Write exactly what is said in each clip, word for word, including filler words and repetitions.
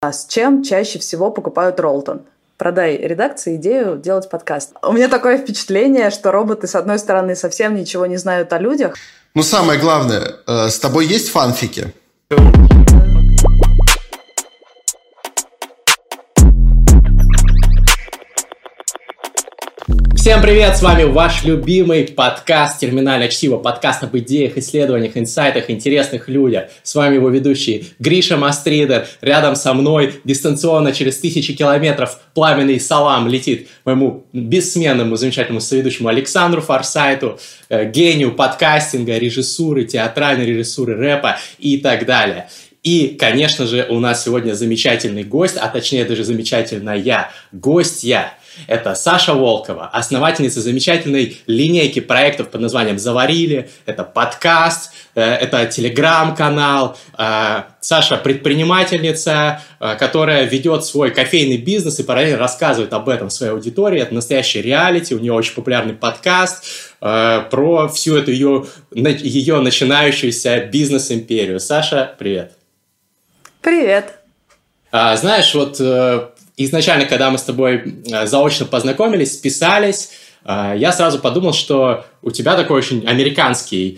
А с чем чаще всего покупают Роллтон? Продай редакции идею делать подкаст. У меня такое впечатление, что роботы, с одной стороны, совсем ничего не знают о людях. Ну, самое главное, э, с тобой есть фанфики? Всем привет, с вами ваш любимый подкаст «Терминальное чтиво», подкаст об идеях, исследованиях, инсайтах, интересных людях. С вами его ведущий Гриша Мастридер. Рядом со мной дистанционно через тысячи километров пламенный салам летит моему бессменному, замечательному соведущему Александру Форсайту, э, гению подкастинга, режиссуры, театральной режиссуры, рэпа и так далее. И, конечно же, у нас сегодня замечательный гость, а точнее даже замечательная гостья. Это Саша Волкова, основательница замечательной линейки проектов под названием «Заварили». Это подкаст, это телеграм-канал. Саша предпринимательница, которая ведет свой кофейный бизнес и параллельно рассказывает об этом своей аудитории. Это настоящий реалити, у нее очень популярный подкаст про всю эту ее, ее начинающуюся бизнес-империю. Саша, привет. Привет. Знаешь, вот... Изначально, когда мы с тобой заочно познакомились, списались, я сразу подумал, что у тебя такой очень американский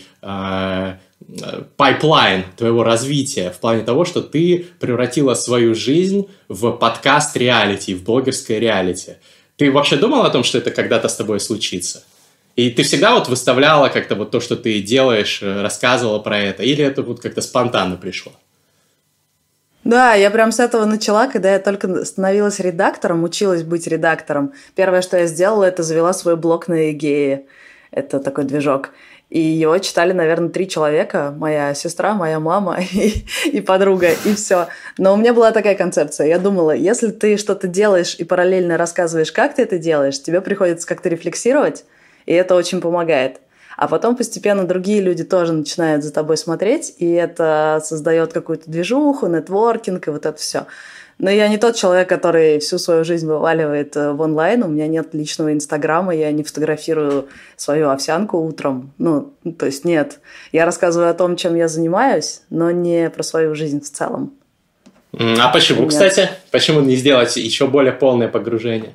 пайплайн твоего развития в плане того, что ты превратила свою жизнь в подкаст-реалити, в блогерское реалити. Ты вообще думал о том, что это когда-то с тобой случится? И ты всегда вот выставляла как-то вот то, что ты делаешь, рассказывала про это, или это вот как-то спонтанно пришло? Да, я прям с этого начала, когда я только становилась редактором, училась быть редактором. Первое, что я сделала, это завела свой блог на Эгее. Это такой движок. И его читали, наверное, три человека. Моя сестра, моя мама и, и подруга, и все. Но у меня была такая концепция. Я думала, если ты что-то делаешь и параллельно рассказываешь, как ты это делаешь, тебе приходится как-то рефлексировать, и это очень помогает. А потом постепенно другие люди тоже начинают за тобой смотреть, и это создает какую-то движуху, нетворкинг и вот это все. Но я не тот человек, который всю свою жизнь вываливает в онлайн. У меня нет личного инстаграма, я не фотографирую свою овсянку утром. Ну, то есть нет. Я рассказываю о том, чем я занимаюсь, но не про свою жизнь в целом. А почему, нет. Кстати? Почему не сделать еще более полное погружение?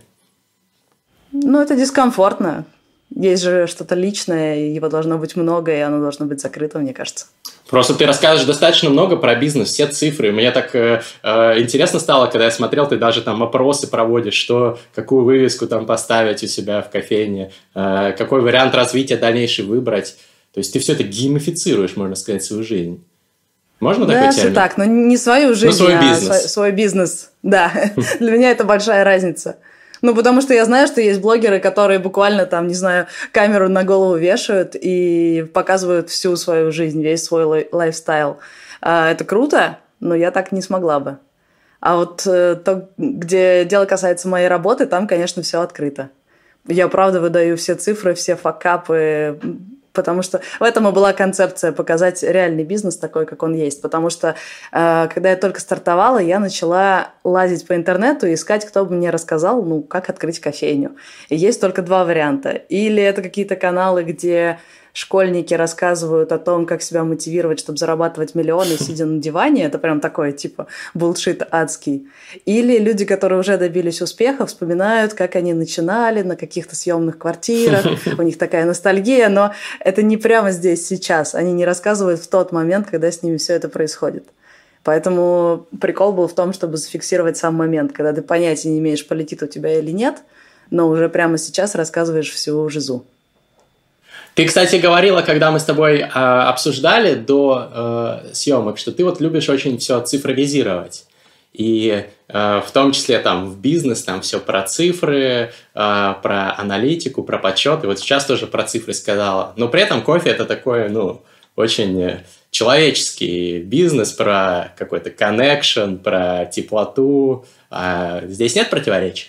Ну, это дискомфортно. Есть же что-то личное, его должно быть много, и оно должно быть закрыто, мне кажется. Просто ты рассказываешь достаточно много про бизнес, все цифры. Мне так э, э, интересно стало, когда я смотрел, ты даже там опросы проводишь, что, какую вывеску там поставить у себя в кофейне, э, какой вариант развития дальнейший выбрать. То есть ты все это геймифицируешь, можно сказать, свою жизнь. Можно да, такой термин? Да, все так, но не свою жизнь, свой а бизнес. Свой, свой бизнес. Да, для меня это большая разница. Ну, потому что я знаю, что есть блогеры, которые буквально там, не знаю, камеру на голову вешают и показывают всю свою жизнь, весь свой лай- лайфстайл. Это круто, но я так не смогла бы. А вот то, где дело касается моей работы, там, конечно, все открыто. Я, правда, выдаю все цифры, все факапы, потому что в этом и была концепция показать реальный бизнес такой, как он есть. Потому что, э, когда я только стартовала, я начала лазить по интернету и искать, кто бы мне рассказал, ну, как открыть кофейню. И есть только два варианта. Или это какие-то каналы, где школьники рассказывают о том, как себя мотивировать, чтобы зарабатывать миллионы, сидя на диване. Это прям такой, типа, булшит адский. Или люди, которые уже добились успеха, вспоминают, как они начинали на каких-то съемных квартирах. У них такая ностальгия, но это не прямо здесь, сейчас. Они не рассказывают в тот момент, когда с ними все это происходит. Поэтому прикол был в том, чтобы зафиксировать сам момент, когда ты понятия не имеешь, полетит у тебя или нет, но уже прямо сейчас рассказываешь всю жизу. Ты, кстати, говорила, когда мы с тобой э, обсуждали до э, съемок, что ты вот любишь очень все цифровизировать. И э, в том числе там в бизнес, там все про цифры, э, про аналитику, про подсчет. И вот сейчас тоже про цифры сказала. Но при этом кофе это такой, ну, очень человеческий бизнес, про какой-то коннекшн, про теплоту. Э, здесь нет противоречия?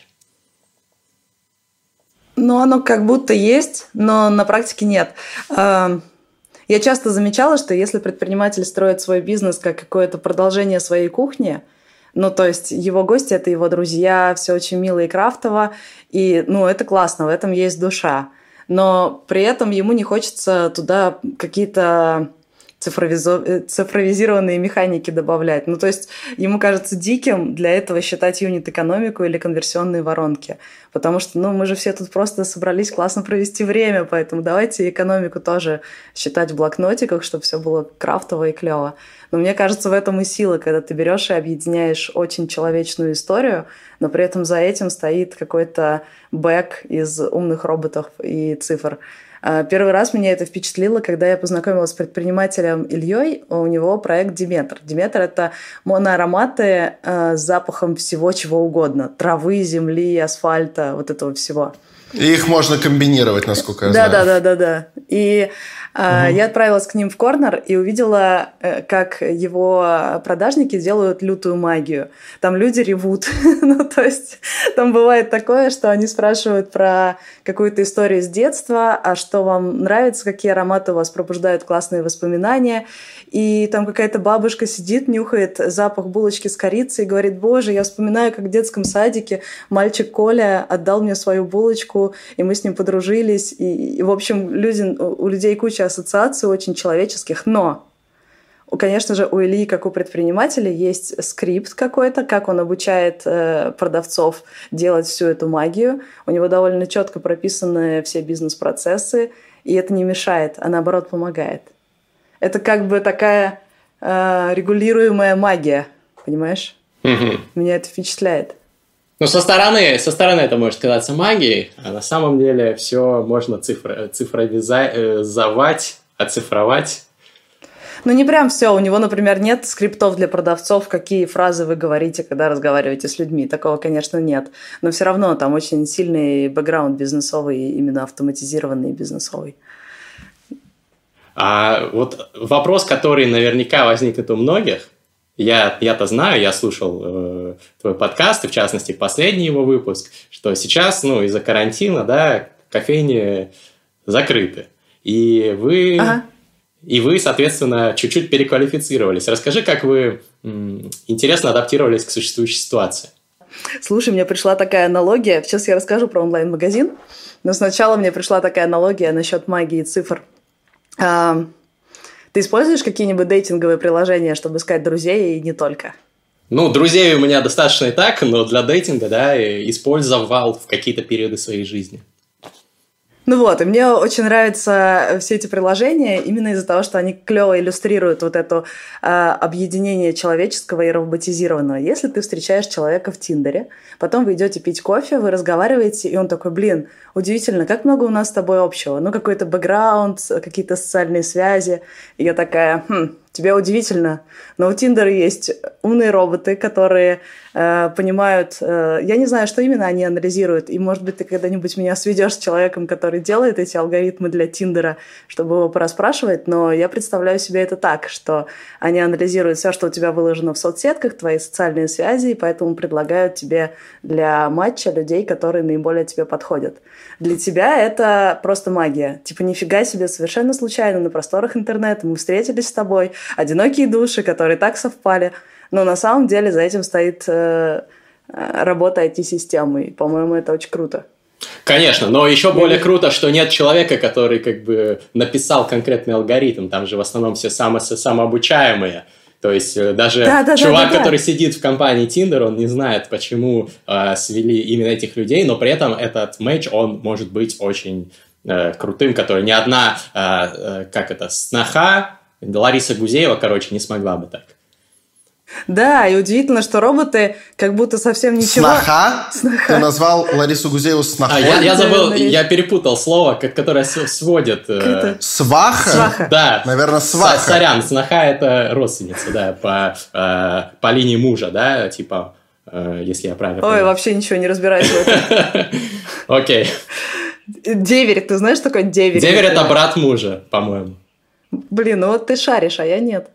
Ну, оно как будто есть, но на практике нет. Я часто замечала, что если предприниматель строит свой бизнес как какое-то продолжение своей кухни, ну, то есть его гости – это его друзья, все очень мило и крафтово, и, ну, это классно, в этом есть душа. Но при этом ему не хочется туда какие-то цифровизо... цифровизированные механики добавлять. Ну, то есть ему кажется диким для этого считать юнит-экономику или конверсионные воронки. Потому что, ну, мы же все тут просто собрались классно провести время, поэтому давайте экономику тоже считать в блокнотиках, чтобы все было крафтово и клево. Но мне кажется, в этом и сила, когда ты берешь и объединяешь очень человечную историю, но при этом за этим стоит какой-то бэк из умных роботов и цифр. Первый раз меня это впечатлило, когда я познакомилась с предпринимателем Ильей. У него проект Диметр. Диметр – это моноароматы с запахом всего чего угодно. Травы, земли, асфальта, вот этого всего. И их можно комбинировать, насколько я да, знаю. Да-да-да-да. И Uh-huh. Я отправилась к ним в корнер и увидела, как его продажники делают лютую магию. Там люди ревут. Ну, то есть там бывает такое, что они спрашивают про какую-то историю с детства, а что вам нравится, какие ароматы у вас пробуждают классные воспоминания. И там какая-то бабушка сидит, нюхает запах булочки с корицей и говорит: боже, я вспоминаю, как в детском садике мальчик Коля отдал мне свою булочку, и мы с ним подружились. И, и в общем, люди, у людей куча ассоциаций очень человеческих, но, конечно же, у Ильи, как у предпринимателя, есть скрипт какой-то, как он обучает э, продавцов делать всю эту магию. У него довольно четко прописаны все бизнес-процессы, и это не мешает, а наоборот помогает. Это как бы такая э, регулируемая магия, понимаешь? Mm-hmm. Меня это впечатляет. Ну, со стороны, со стороны это может казаться магией, а на самом деле все можно цифр, цифровизовать, оцифровать. Ну, не прям все. У него, например, нет скриптов для продавцов, какие фразы вы говорите, когда разговариваете с людьми. Такого, конечно, нет. Но все равно там очень сильный бэкграунд бизнесовый, именно автоматизированный бизнесовый. А вот вопрос, который наверняка возникнет у многих, Я, я-то знаю, я слушал э, твой подкаст, и в частности последний его выпуск, что сейчас, ну, из-за карантина, да, кофейни закрыты. И вы, ага. и вы, соответственно, чуть-чуть переквалифицировались. Расскажи, как вы м, интересно адаптировались к существующей ситуации. Слушай, мне пришла такая аналогия. Сейчас я расскажу про онлайн-магазин, но сначала мне пришла такая аналогия насчет магии цифр. А, Ты используешь какие-нибудь дейтинговые приложения, чтобы искать друзей, и не только? Ну, друзей у меня достаточно и так, но для дейтинга, да, использовал в какие-то периоды своей жизни. Ну вот, и мне очень нравятся все эти приложения именно из-за того, что они клево иллюстрируют вот это э, объединение человеческого и роботизированного. Если ты встречаешь человека в Тиндере, потом вы идете пить кофе, вы разговариваете, и он такой: блин, удивительно, как много у нас с тобой общего. Ну, какой-то бэкграунд, какие-то социальные связи. И я такая: хм, тебе удивительно. Но у Тиндера есть умные роботы, которые э, понимают... Э, я не знаю, что именно они анализируют. И, может быть, ты когда-нибудь меня сведешь с человеком, который делает эти алгоритмы для Тиндера, чтобы его порасспрашивать. Но я представляю себе это так, что они анализируют все, что у тебя выложено в соцсетках, твои социальные связи, и поэтому предлагают тебе для матча людей, которые наиболее тебе подходят. Для тебя это просто магия. Типа, нифига себе, совершенно случайно на просторах интернета мы встретились с тобой, одинокие души, которые так совпали. Но на самом деле за этим стоит э, работа ай ти-системы. И, по-моему, это очень круто. Конечно, но еще более круто, что нет человека, который как бы написал конкретный алгоритм. Там же в основном все само- самообучаемые. То есть даже да, да, чувак, да, да, который да. сидит в компании Tinder, он не знает, почему э, свели именно этих людей, но при этом этот матч, он может быть очень э, крутым, который ни одна, э, э, как это, сноха, Лариса Гузеева, короче, не смогла бы так. Да, и удивительно, что роботы как будто совсем ничего... Сноха? Сноха. Ты назвал Ларису Гузееву снохой? А, я, я забыл, я перепутал слово, которое сводит... Э... Сваха? Сваха? Да. Наверное, сваха. Сорян, сноха – это родственница, да, по, э, по линии мужа, да, типа, э, если я правильно Ой, понимаю. вообще ничего не разбираюсь в этом. Окей. Деверь, ты знаешь, что такое деверь? Деверь – это брат мужа, по-моему. Блин, ну вот ты шаришь, а я нет.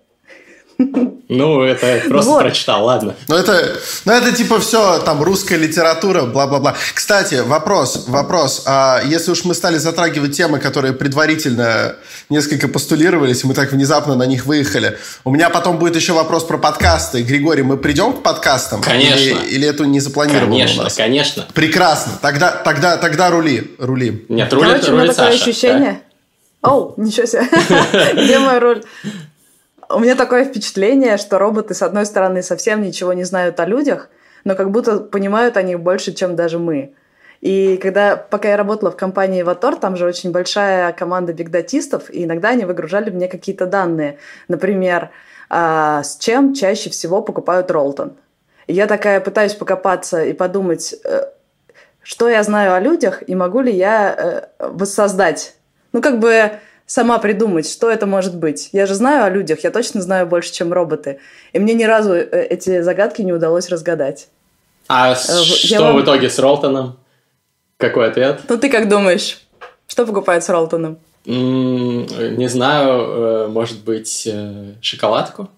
Ну, это просто вот. Прочитал, ладно. Ну это, ну, это типа все, там, русская литература, бла-бла-бла. Кстати, вопрос, вопрос. А если уж мы стали затрагивать темы, которые предварительно несколько постулировались, и мы так внезапно на них выехали, у меня потом будет еще вопрос про подкасты. Григорий, мы придем к подкастам? Конечно. Или, или это не запланировано конечно, у нас? Конечно, конечно. Прекрасно. Тогда, тогда, тогда рули, рули. Нет, рулит, Короче, рулит у меня такое Саша. ощущение... Да. Оу, ничего себе. Где моя роль? У меня такое впечатление, что роботы, с одной стороны, совсем ничего не знают о людях, но как будто понимают о них больше, чем даже мы. И когда, пока я работала в компании Ватор, там же очень большая команда бигдатистов, и иногда они выгружали мне какие-то данные. Например, с чем чаще всего покупают Роллтон. И я такая пытаюсь покопаться и подумать, что я знаю о людях, и могу ли я воссоздать. Ну, как бы сама придумать, что это может быть. Я же знаю о людях, я точно знаю больше, чем роботы. И мне ни разу эти загадки не удалось разгадать. А я что вам... в итоге с Роллтоном? Какой ответ? Ну, ты как думаешь, что покупают с Роллтоном? Mm, не знаю, может быть, шоколадку?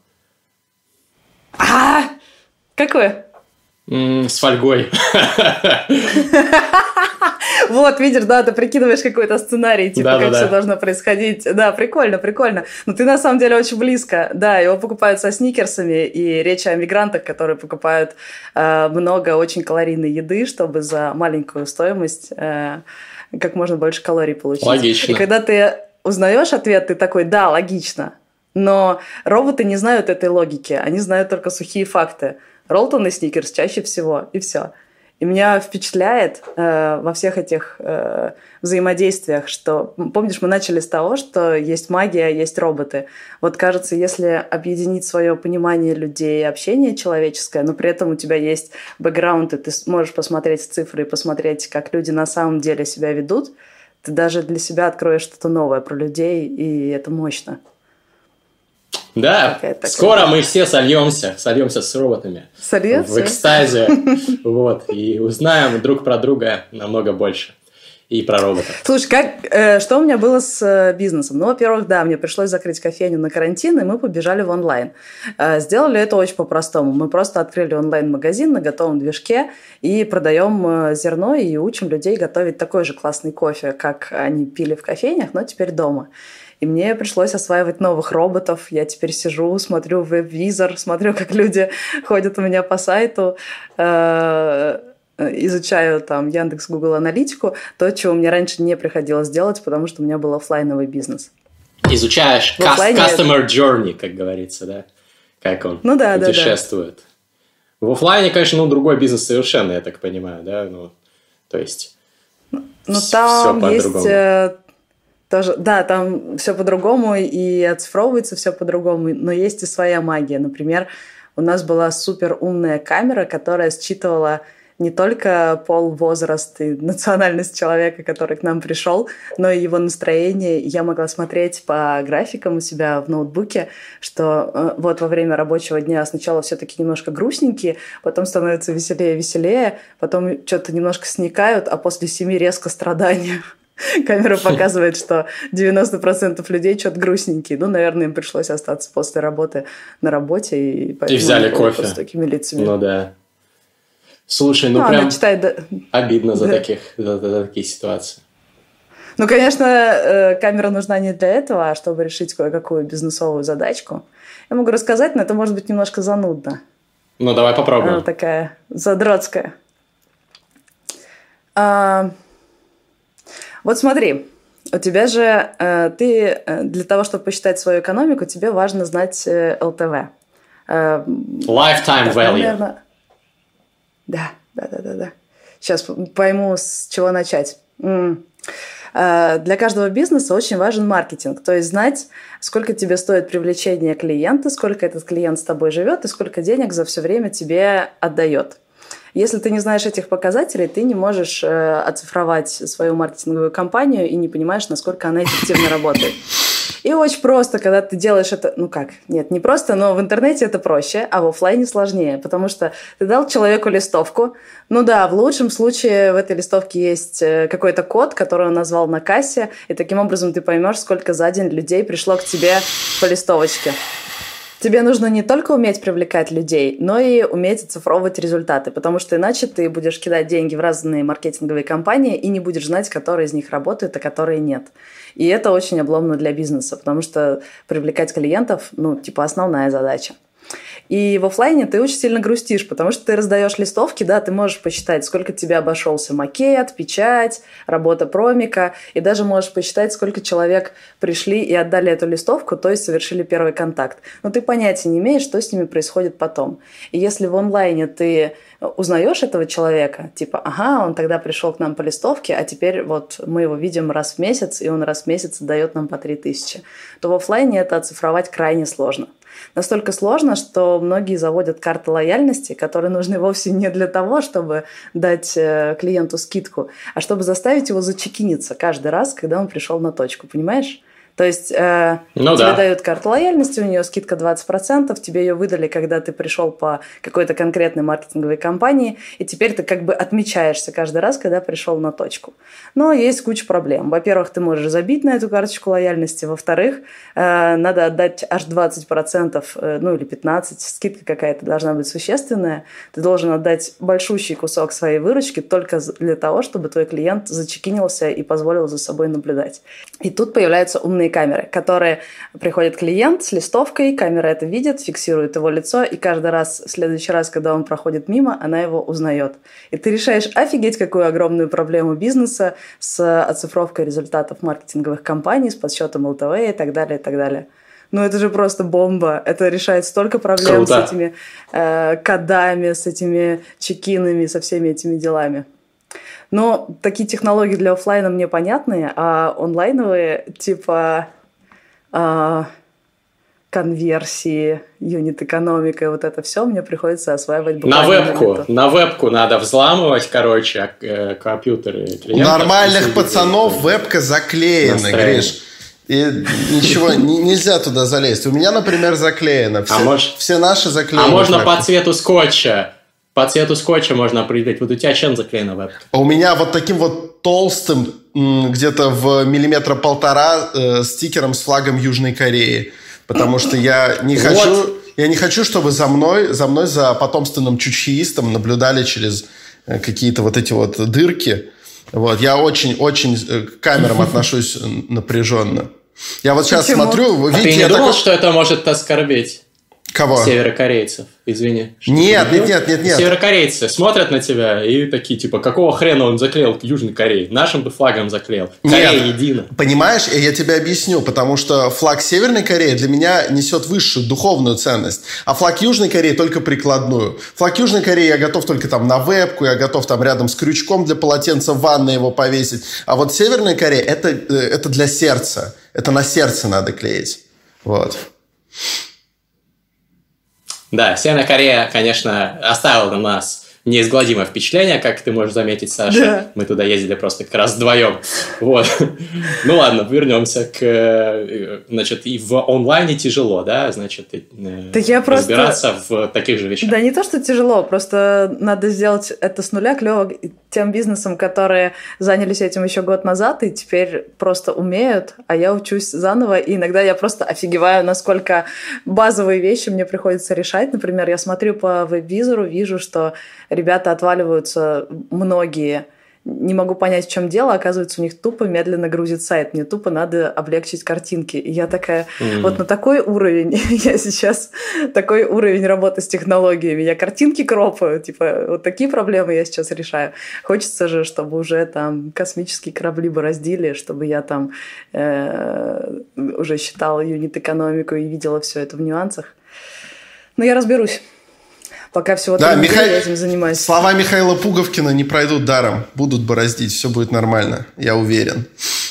А, какое? Mm, с фольгой. Вот, видишь, да, ты прикидываешь какой-то сценарий, типа, да, как да, все да. должно происходить. Да, прикольно, прикольно. Но ты на самом деле очень близко. Да, его покупают со сникерсами, и речь о мигрантах, которые покупают э, много очень калорийной еды, чтобы за маленькую стоимость э, как можно больше калорий получить. Логично. И когда ты узнаешь ответ, ты такой, да, логично. Но роботы не знают этой логики, они знают только сухие факты. Роллтон и сникерс чаще всего, и все. И меня впечатляет э, во всех этих э, взаимодействиях, что, помнишь, мы начали с того, что есть магия, есть роботы. Вот кажется, если объединить свое понимание людей, общение человеческое, но при этом у тебя есть бэкграунд, и ты можешь посмотреть в цифры и посмотреть, как люди на самом деле себя ведут, ты даже для себя откроешь что-то новое про людей, и это мощно. Да, такая, такая. Скоро мы все сольемся, сольемся с роботами. Сольемся? В экстазе. Вот, и узнаем друг про друга намного больше. И про роботов. Слушай, как, э, что у меня было с э, бизнесом? Ну, во-первых, да, мне пришлось закрыть кофейню на карантин, и мы побежали в онлайн. Э, сделали это очень по-простому. Мы просто открыли онлайн-магазин на готовом движке и продаем э, зерно и учим людей готовить такой же классный кофе, как они пили в кофейнях, но теперь дома. И мне пришлось осваивать новых роботов. Я теперь сижу, смотрю веб-визор, смотрю, как люди ходят у меня по сайту, э, изучаю там Яндекс, Google аналитику, то, чего мне раньше не приходилось делать, потому что у меня был офлайновый бизнес. Изучаешь офлайне... customer journey, как говорится, да? Как он ну, да, путешествует. Да, да. В офлайне, конечно, ну, другой бизнес совершенно, я так понимаю, да? Ну, то есть ну, там все есть... по-другому. Тоже, да, там все по-другому и оцифровывается все по-другому, но есть и своя магия. Например, у нас была супер умная камера, которая считывала не только пол, возраст и национальность человека, который к нам пришел, но и его настроение. Я могла смотреть по графикам у себя в ноутбуке, что э, вот во время рабочего дня сначала все-таки немножко грустненькие, потом становится веселее-веселее, потом что-то немножко сникают, а после семи резко страдания. Камера показывает, что девяносто процентов людей что-то грустненькие. Ну, наверное, им пришлось остаться после работы на работе. И, и взяли кофе. С такими лицами. Ну, да. Слушай, ну, ну прям читает... обидно за, да. таких, за, за такие ситуации. Ну, конечно, камера нужна не для этого, а чтобы решить кое-какую бизнесовую задачку. Я могу рассказать, но это может быть немножко занудно. Ну, давай попробуем. Она такая задротская. А... Вот смотри, у тебя же, э, ты для того, чтобы посчитать свою экономику, тебе важно знать э, эл ти ви. Э, Lifetime так, value. Наверное... Да, да, да, да, да. Сейчас пойму, с чего начать. М-м. Э, для каждого бизнеса очень важен маркетинг, то есть знать, сколько тебе стоит привлечение клиента, сколько этот клиент с тобой живет и сколько денег за все время тебе отдает. Если ты не знаешь этих показателей, ты не можешь э, оцифровать свою маркетинговую кампанию и не понимаешь, насколько она эффективно работает. И очень просто, когда ты делаешь это... Ну как? Нет, не просто, но в интернете это проще, а в офлайне сложнее, потому что ты дал человеку листовку. Ну да, в лучшем случае в этой листовке есть какой-то код, который он назвал на кассе, и таким образом ты поймешь, сколько за день людей пришло к тебе по листовочке. Тебе нужно не только уметь привлекать людей, но и уметь оцифровывать результаты, потому что иначе ты будешь кидать деньги в разные маркетинговые компании и не будешь знать, которые из них работают, а которые нет. И это очень обломно для бизнеса, потому что привлекать клиентов, ну, типа, основная задача. И в офлайне ты очень сильно грустишь, потому что ты раздаешь листовки, да, ты можешь посчитать, сколько тебе обошелся макет, печать, работа промика, и даже можешь посчитать, сколько человек пришли и отдали эту листовку, то есть совершили первый контакт. Но ты понятия не имеешь, что с ними происходит потом. И если в онлайне ты узнаешь этого человека, типа, ага, он тогда пришел к нам по листовке, а теперь вот мы его видим раз в месяц, и он раз в месяц дает нам по три тысячи, то в офлайне это оцифровать крайне сложно. Настолько сложно, что многие заводят карты лояльности, которые нужны вовсе не для того, чтобы дать клиенту скидку, а чтобы заставить его зачекиниться каждый раз, когда он пришел на точку, понимаешь? То есть э, ну, тебе да. дают карту лояльности, у нее скидка двадцать процентов, тебе ее выдали, когда ты пришел по какой-то конкретной маркетинговой кампании, и теперь ты как бы отмечаешься каждый раз, когда пришел на точку. Но есть куча проблем. Во-первых, ты можешь забить на эту карточку лояльности, во-вторых, э, надо отдать аж двадцать процентов, э, ну или пятнадцать процентов, скидка какая-то должна быть существенная, ты должен отдать большущий кусок своей выручки только для того, чтобы твой клиент зачекинился и позволил за собой наблюдать. И тут появляются умные камеры, которые приходит клиент с листовкой, камера это видит, фиксирует его лицо, и каждый раз, в следующий раз, когда он проходит мимо, она его узнает. И ты решаешь, офигеть, какую огромную проблему бизнеса с оцифровкой результатов маркетинговых кампаний, с подсчетом эл тэ вэ и так далее, и так далее. Ну, это же просто бомба. Это решает столько проблем Круто. с этими э, кодами, с этими чекинами, со всеми этими делами. Но такие технологии для офлайна мне понятны, а онлайновые типа э, конверсии, юнит-экономика, вот это все мне приходится осваивать буквально. На вебку, на вебку надо взламывать, короче, компьютеры клиентов. У нормальных пацанов вебка заклеена, Гриш. И ничего, нельзя туда залезть. У меня, например, заклеено. Все, а мож... все наши заклеены. А можно по цвету скотча. По цвету скотча можно определить. Вот у тебя чем заклеена вебка? А у меня вот таким вот толстым, где-то в миллиметра полтора, э, стикером с флагом Южной Кореи. Потому что я не вот. хочу... Я не хочу, чтобы за мной, за мной, за потомственным чучхеистом наблюдали через какие-то вот эти вот дырки. Вот. Я очень-очень к камерам отношусь напряженно. Я вот сейчас Почему? смотрю... Вы а видите, ты не я думал, такой... что это может оскорбить? Кого? Северокорейцев, извини. Нет, нет, нет, нет, нет. Северокорейцы смотрят на тебя и такие, типа, какого хрена он заклеил Южной Кореи? Нашим бы флагом заклеил. Корея нет, едина. Понимаешь, я тебе объясню, потому что флаг Северной Кореи для меня несет высшую духовную ценность, а флаг Южной Кореи только прикладную. Флаг Южной Кореи я готов только там на вебку, я готов там рядом с крючком для полотенца в ванной его повесить. А вот Северная Корея это, это для сердца. Это на сердце надо клеить. Вот. Да, Северная Корея, конечно, оставила на нас неизгладимое впечатление, как ты можешь заметить, Саша. Да. Мы туда ездили просто как раз вдвоем. Вот. Ну ладно, вернемся к... Значит, и в онлайне тяжело, да? Значит, да я разбираться просто... в таких же вещах. Да не то, что тяжело, просто надо сделать это с нуля клево тем бизнесам, которые занялись этим еще год назад и теперь просто умеют, а я учусь заново, и иногда я просто офигеваю, насколько базовые вещи мне приходится решать. Например, я смотрю по веб-визору, вижу, что ребята отваливаются многие. Не могу понять, в чем дело. Оказывается, у них тупо медленно грузит сайт. Мне тупо надо облегчить картинки. И я такая, mm. вот на такой уровень, я сейчас такой уровень работы с технологиями. Я картинки кропаю. Типа, вот такие проблемы я сейчас решаю. Хочется же, чтобы уже там космические корабли бороздили, чтобы я там э, уже считала юнит-экономику и видела все это в нюансах. Но я разберусь. Пока всего да, три Миха... недели я этим занимаюсь. Слова Михаила Пуговкина не пройдут даром. Будут бороздить, все будет нормально. Я уверен.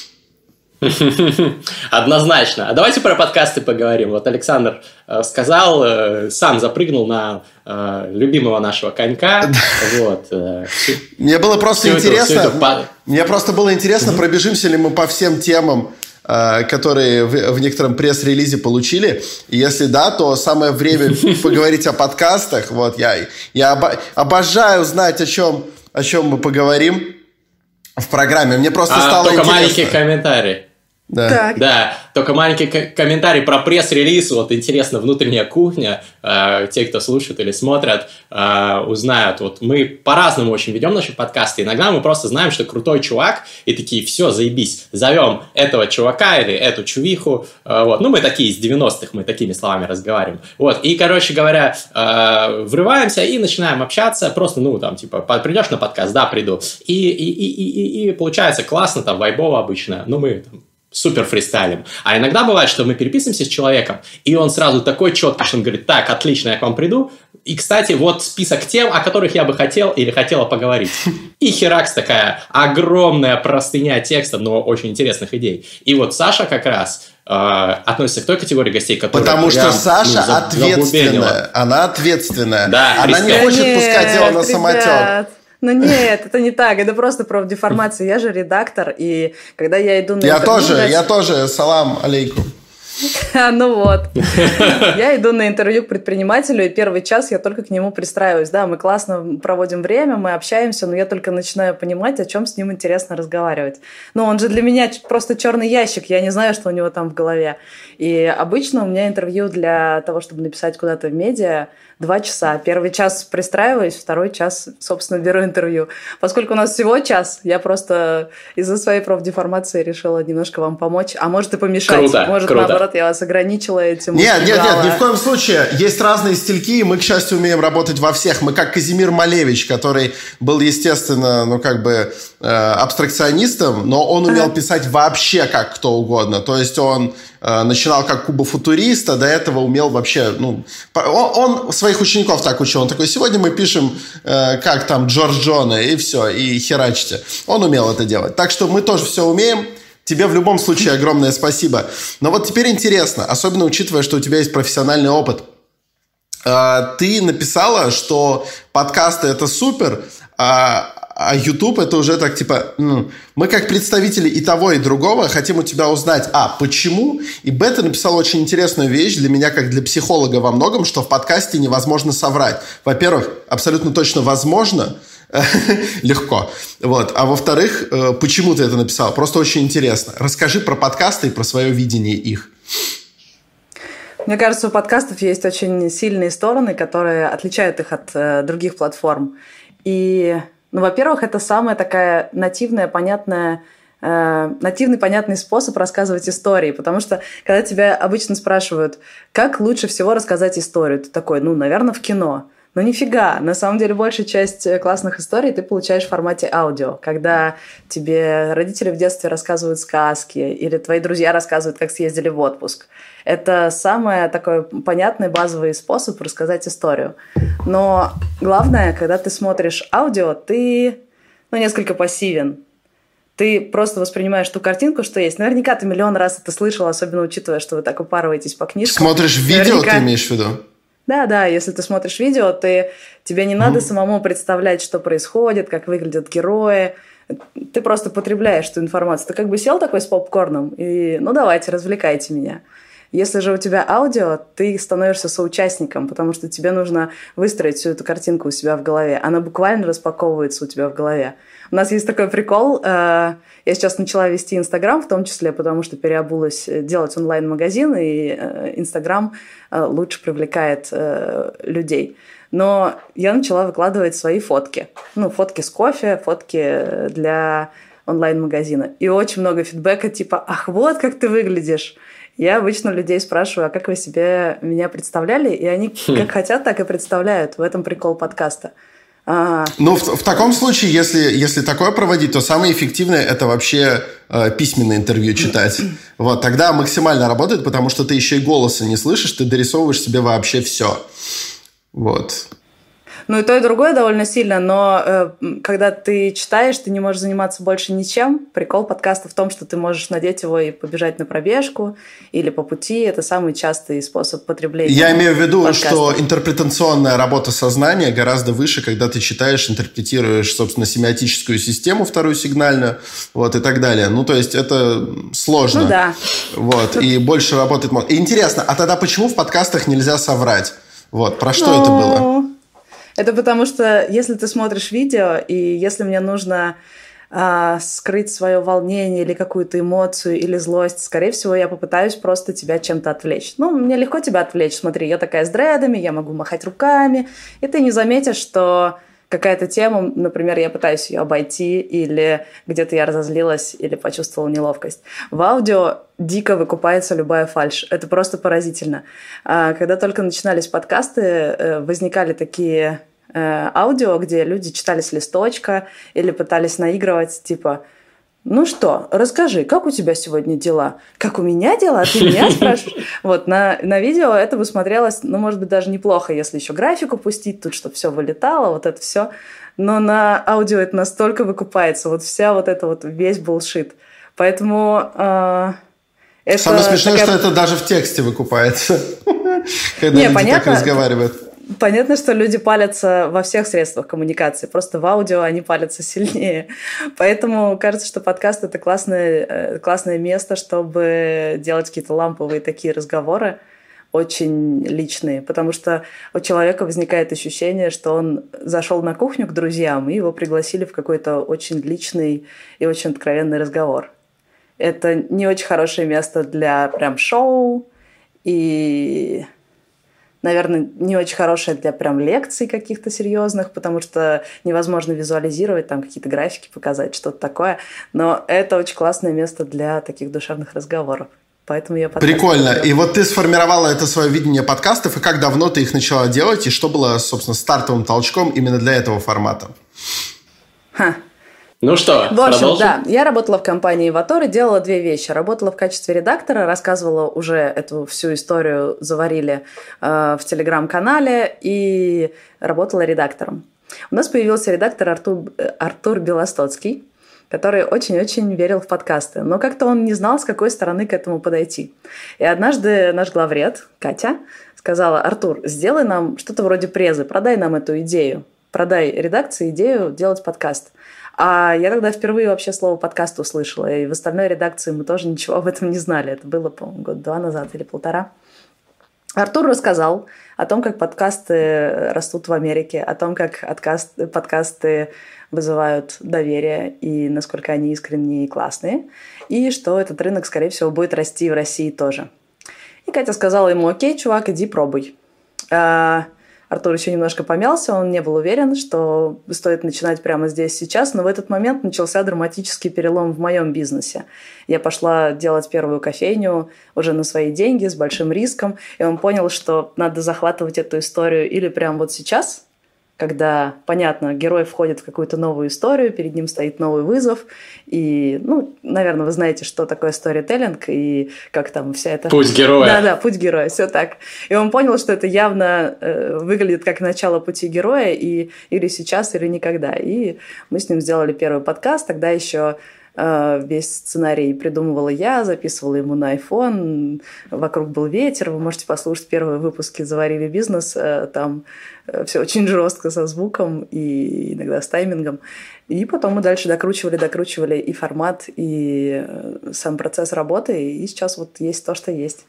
Однозначно. А давайте про подкасты поговорим. Вот Александр э, сказал, э, сам запрыгнул на э, любимого нашего конька. Вот, э, Мне было просто интересно. Мне просто было интересно, пробежимся ли мы по всем темам, которые в, в некотором пресс-релизе получили. И если да, то самое время поговорить о подкастах. Вот, я я обо, обожаю знать, о чем, о чем мы поговорим в программе. Мне просто а, стало только интересно. Только маленький комментарий. Да. Да, только маленький к- комментарий про пресс-релиз. Вот интересно, внутренняя кухня. Э, те, кто слушает или смотрят, э, узнают. Вот мы по-разному очень ведем наши подкасты. Иногда мы просто знаем, что крутой чувак, и такие, все, заебись, зовем этого чувака или эту чувиху. Э, вот. Ну, мы такие из девяностых, мы такими словами разговариваем. Вот. И, короче говоря, э, врываемся и начинаем общаться. Просто, ну, там, типа, придешь на подкаст? Да, приду. И, и, и, и, и, и получается классно, там, вайбово обычно. Ну, мы там супер фристайлим. А иногда бывает, что мы переписываемся с человеком, и он сразу такой четкий, что он говорит, так, отлично, я к вам приду. И, кстати, вот список тем, о которых я бы хотел или хотела поговорить. И херакс такая огромная простыня текста, но очень интересных идей. И вот Саша как раз э, относится к той категории гостей, которые... Потому прям, что Саша ну, ответственная. Она ответственная. Да, она не хочет Нет, пускать дело на ребят. самотек. Ну нет, это не так, это просто профдеформация. Я же редактор, и когда я иду на Я интервью... тоже, дать- я тоже, салам алейкум. Ну вот. Я иду на интервью к предпринимателю, и первый час я только к нему пристраиваюсь. Да, мы классно проводим время, мы общаемся, но я только начинаю понимать, о чем с ним интересно разговаривать. Ну, он же для меня просто черный ящик, я не знаю, что у него там в голове. И обычно у меня интервью для того, чтобы написать куда-то в медиа, два часа. Первый час пристраиваюсь, второй час, собственно, беру интервью. Поскольку у нас всего час, я просто из-за своей профдеформации решила немножко вам помочь, а может и помешать. Круто, может, круто. наоборот, я вас ограничила этим. Нет, нет, испугала. нет, ни в коем случае. Есть разные стильки, и мы, к счастью, умеем работать во всех. Мы как Казимир Малевич, который был, естественно, ну, как бы э, абстракционистом, но он умел писать вообще как кто угодно. То есть он э, начинал как кубофутурист, а до этого умел вообще... Ну, по- он, он своих учеников так учил. Он такой, сегодня мы пишем э, как там Джордж Джона, и все, и херачьте. Он умел это делать. Так что мы тоже все умеем. Тебе в любом случае огромное спасибо. Но вот теперь интересно, особенно учитывая, что у тебя есть профессиональный опыт. Ты написала, что подкасты – это супер, а а YouTube – это уже так, типа, ну, мы как представители и того, и другого хотим у тебя узнать, а, почему? И Б, ты написала очень интересную вещь для меня, как для психолога во многом, что в подкасте невозможно соврать. Во-первых, абсолютно точно возможно, легко. Вот. А во-вторых, почему ты это написала? Просто очень интересно. Расскажи про подкасты и про свое видение их. Мне кажется, у подкастов есть очень сильные стороны, которые отличают их от э, других платформ. И, ну, во-первых, это самая такая нативная, понятная, э, нативный, понятный способ рассказывать истории. Потому что, когда тебя обычно спрашивают, как лучше всего рассказать историю, ты такой, ну, наверное, в кино. Ну, нифига. На самом деле, большая часть классных историй ты получаешь в формате аудио, когда тебе родители в детстве рассказывают сказки или твои друзья рассказывают, как съездили в отпуск. Это самый такой понятный базовый способ рассказать историю. Но главное, когда ты смотришь аудио, ты, ну, несколько пассивен. Ты просто воспринимаешь ту картинку, что есть. Наверняка ты миллион раз это слышал, особенно учитывая, что вы так упарываетесь по книжкам. Смотришь видео, Наверняка... ты имеешь в виду? Да, да, если ты смотришь видео, ты, тебе не надо mm. самому представлять, что происходит, как выглядят герои. Ты просто потребляешь эту информацию. Ты как бы сел такой с попкорном и, ну, давайте, развлекайте меня. Если же у тебя аудио, ты становишься соучастником, потому что тебе нужно выстроить всю эту картинку у себя в голове. Она буквально распаковывается у тебя в голове. У нас есть такой прикол. Я сейчас начала вести Инстаграм, в том числе, потому что переобулась делать онлайн-магазин, и Инстаграм лучше привлекает людей. Но я начала выкладывать свои фотки. Ну, фотки с кофе, фотки для онлайн-магазина. И очень много фидбэка, типа, ах, вот как ты выглядишь. Я обычно людей спрашиваю, а как вы себе меня представляли? И они как хотят, так и представляют. В этом прикол подкаста. А... Ну, в, в таком случае, если, если такое проводить, то самое эффективное – это вообще э, письменное интервью читать. Вот, тогда максимально работает, потому что ты еще и голоса не слышишь, ты дорисовываешь себе вообще все. Вот. Ну, и то, и другое довольно сильно, но э, когда ты читаешь, ты не можешь заниматься больше ничем. Прикол подкаста в том, что ты можешь надеть его и побежать на пробежку или по пути. Это самый частый способ потребления. Я имею в виду, подкаста. Что интерпретационная работа сознания гораздо выше, когда ты читаешь, интерпретируешь, собственно, семиотическую систему, вторую сигнальную, вот, и так далее. Ну, то есть, это сложно. Ну, да. Вот, и больше работает мозг. И интересно, а тогда почему в подкастах нельзя соврать? Вот, про что ну... это было? Это потому что, если ты смотришь видео, и если мне нужно а, скрыть свое волнение или какую-то эмоцию или злость. Скорее всего, я попытаюсь просто тебя чем-то отвлечь. Ну, мне легко тебя отвлечь. Смотри, я такая с дредами, я могу махать руками, и ты не заметишь, что какая-то тема, например, я пытаюсь ее обойти, или где-то я разозлилась, или почувствовала неловкость. В аудио дико выкупается любая фальшь. Это просто поразительно. Когда только начинались подкасты, возникали такие аудио, где люди читали с листочка или пытались наигрывать, типа... Ну что, расскажи, как у тебя сегодня дела? Как у меня дела? Ты меня спрашиваешь? Вот, на, на видео это бы смотрелось, ну, может быть, даже неплохо, если еще графику пустить, тут, чтобы все вылетало, вот это все. Но на аудио это настолько выкупается, вот вся вот это вот, весь булшит. Поэтому э, это... Самое смешное, такая... что это даже в тексте выкупается, когда люди так разговаривают. Понятно, что люди палятся во всех средствах коммуникации, просто в аудио они палятся сильнее. Поэтому кажется, что подкаст – это классное, классное место, чтобы делать какие-то ламповые такие разговоры, очень личные, потому что у человека возникает ощущение, что он зашел на кухню к друзьям, и его пригласили в какой-то очень личный и очень откровенный разговор. Это не очень хорошее место для прям шоу и... Наверное, не очень хорошая для прям лекций каких-то серьезных, потому что невозможно визуализировать, там какие-то графики показать, что-то такое. Но это очень классное место для таких душевных разговоров. Поэтому я подкасты Прикольно. делаю. И вот ты сформировала это свое видение подкастов, и как давно ты их начала делать, и что было, собственно, стартовым толчком именно для этого формата? Ха. Ну что, в общем, продолжим? Да, я работала в компании Ватор и делала две вещи. Работала в качестве редактора, рассказывала уже эту всю историю, заварили э, в Телеграм-канале, и работала редактором. У нас появился редактор Артур, Артур Белостоцкий, который очень-очень верил в подкасты, но как-то он не знал, с какой стороны к этому подойти. И однажды наш главред, Катя, сказала: Артур, сделай нам что-то вроде презы, продай нам эту идею, продай редакции идею делать подкаст. А я тогда впервые вообще слово «подкаст» услышала, и в остальной редакции мы тоже ничего об этом не знали. Это было, по-моему, год-два назад или полтора. Артур рассказал о том, как подкасты растут в Америке, о том, как откаст, подкасты вызывают доверие и насколько они искренние и классные, и что этот рынок, скорее всего, будет расти в России тоже. И Катя сказала ему: окей, чувак, иди пробуй. Артур еще немножко помялся, он не был уверен, что стоит начинать прямо здесь, сейчас, но в этот момент начался драматический перелом в моем бизнесе. Я пошла делать первую кофейню уже на свои деньги, с большим риском, и он понял, что надо захватывать эту историю или прямо вот сейчас, когда, понятно, герой входит в какую-то новую историю, перед ним стоит новый вызов, и, ну, наверное, вы знаете, что такое сторителлинг, и как там вся эта... Путь героя. Да-да, путь героя, все так. И он понял, что это явно э, выглядит как начало пути героя, и или сейчас, или никогда. И мы с ним сделали первый подкаст, тогда еще... Весь сценарий придумывала я, записывала ему на iPhone, вокруг был ветер, вы можете послушать первые выпуски «Заварили бизнес», там все очень жестко со звуком и иногда с таймингом. И потом мы дальше докручивали, докручивали и формат, и сам процесс работы, и сейчас вот есть то, что есть.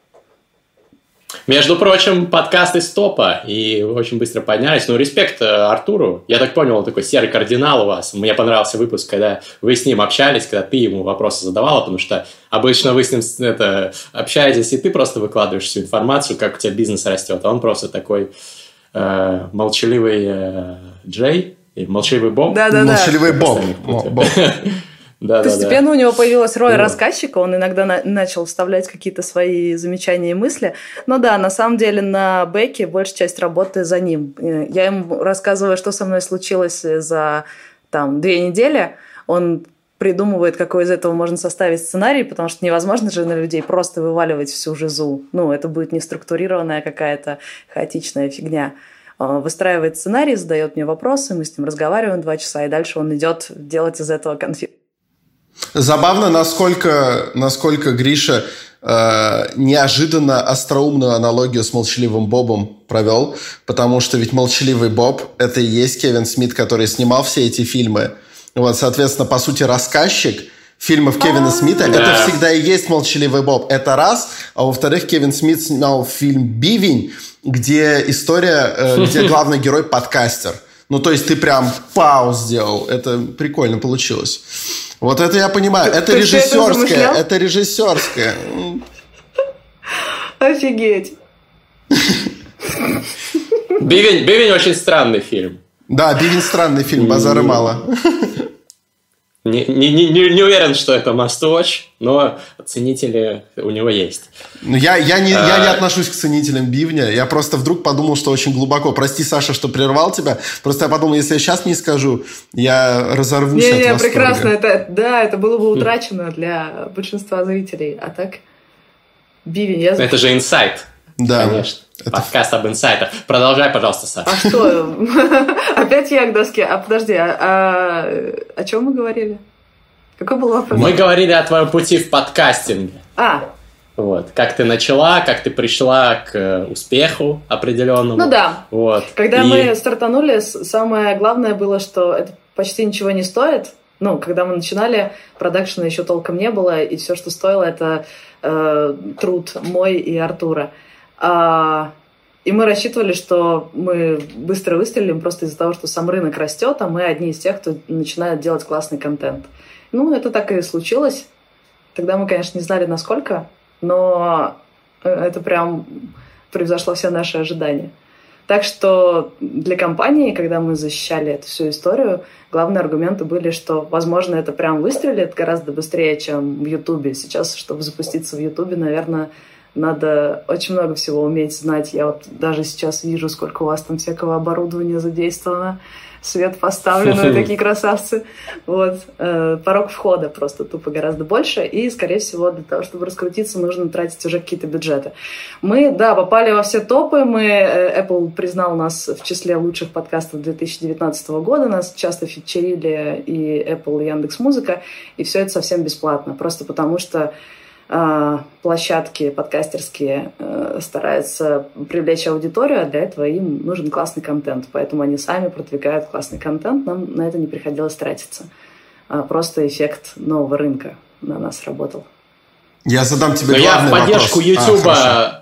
Между прочим, подкаст из топа, и вы очень быстро поднялись. Ну, респект Артуру. Я так понял, он такой серый кардинал у вас. Мне понравился выпуск, когда вы с ним общались, когда ты ему вопросы задавала, потому что обычно вы с ним это, общаетесь, и ты просто выкладываешь всю информацию, как у тебя бизнес растет. А он просто такой э, молчаливый э, Джей, и молчаливый Боб. Да-да-да. Молчаливый Боб. Боб. Да, Постепенно да, да. у него появилась роль Вот. рассказчика, он иногда на- начал вставлять какие-то свои замечания и мысли. Но да, на самом деле на бэке большая часть работы за ним. Я ему рассказываю, что со мной случилось за там, две недели. Он придумывает, какой из этого можно составить сценарий, потому что невозможно же на людей просто вываливать всю жизу. Ну, это будет неструктурированная какая-то хаотичная фигня. Выстраивает сценарий, задает мне вопросы, мы с ним разговариваем два часа, и дальше он идет делать из этого конфет. Забавно, насколько, насколько Гриша э, неожиданно остроумную аналогию с молчаливым Бобом провел, потому что ведь молчаливый Боб – это и есть Кевин Смит, который снимал все эти фильмы. Вот, соответственно, по сути, рассказчик фильмов Кевина Смита – Да. это всегда и есть молчаливый Боб. Это раз. А во-вторых, Кевин Смит снял фильм «Бивень», где история, э, где главный герой – подкастер. Ну, то есть ты прям пау сделал. Это прикольно получилось. Вот это я понимаю. Это режиссерское. Это режиссерское. Офигеть. Бивень, Бивень очень странный фильм. Да, Бивень странный фильм, базара мало. Не, не, не, не уверен, что это must watch, но ценители у него есть. Ну, я, я, не, а... я не отношусь к ценителям Бивня. Я просто вдруг подумал, что очень глубоко. Прости, Саша, что прервал тебя. Просто я подумал, если я сейчас не скажу, я разорвусь не, от не, восторга. Прекрасно. Это, да, это было бы утрачено для большинства зрителей. А так, Бивень... Я... Это же инсайт. Да. Конечно. Это... Подкаст об инсайтах. Продолжай, пожалуйста, Саша. А что? Опять я к доске. А подожди, а, а о чем мы говорили? Какой был вопрос? Мы говорили о твоем пути в подкастинге. А. Вот. Как ты начала, как ты пришла к успеху определенному. Ну да. Вот. Когда И... мы стартанули, самое главное было, что это почти ничего не стоит. Ну, когда мы начинали, продакшена еще толком не было, и все, что стоило, это э, труд мой и Артура. А, и мы рассчитывали, что мы быстро выстрелим просто из-за того, что сам рынок растет, а мы одни из тех, кто начинает делать классный контент. Ну, это так и случилось. Тогда мы, конечно, не знали, насколько, но это прям превзошло все наши ожидания. Так что для компании, когда мы защищали эту всю историю, главные аргументы были, что, возможно, это прям выстрелит гораздо быстрее, чем в Ютубе. Сейчас, чтобы запуститься в Ютубе, наверное, надо очень много всего уметь знать. Я вот даже сейчас вижу, сколько у вас там всякого оборудования задействовано. Свет поставлен, вы такие красавцы. Вот. Порог входа просто тупо гораздо больше. И, скорее всего, для того, чтобы раскрутиться, нужно тратить уже какие-то бюджеты. Мы, да, попали во все топы. Мы, Apple признал нас в числе лучших подкастов две тысячи девятнадцатого года. Нас часто фичерили и Apple, и Яндекс.Музыка. И все это совсем бесплатно. Просто потому что площадки подкастерские стараются привлечь аудиторию, а для этого им нужен классный контент. Поэтому они сами продвигают классный контент, нам на это не приходилось тратиться. Просто эффект нового рынка на нас работал. Я задам тебе Но главный я в поддержку вопрос. Ютуба...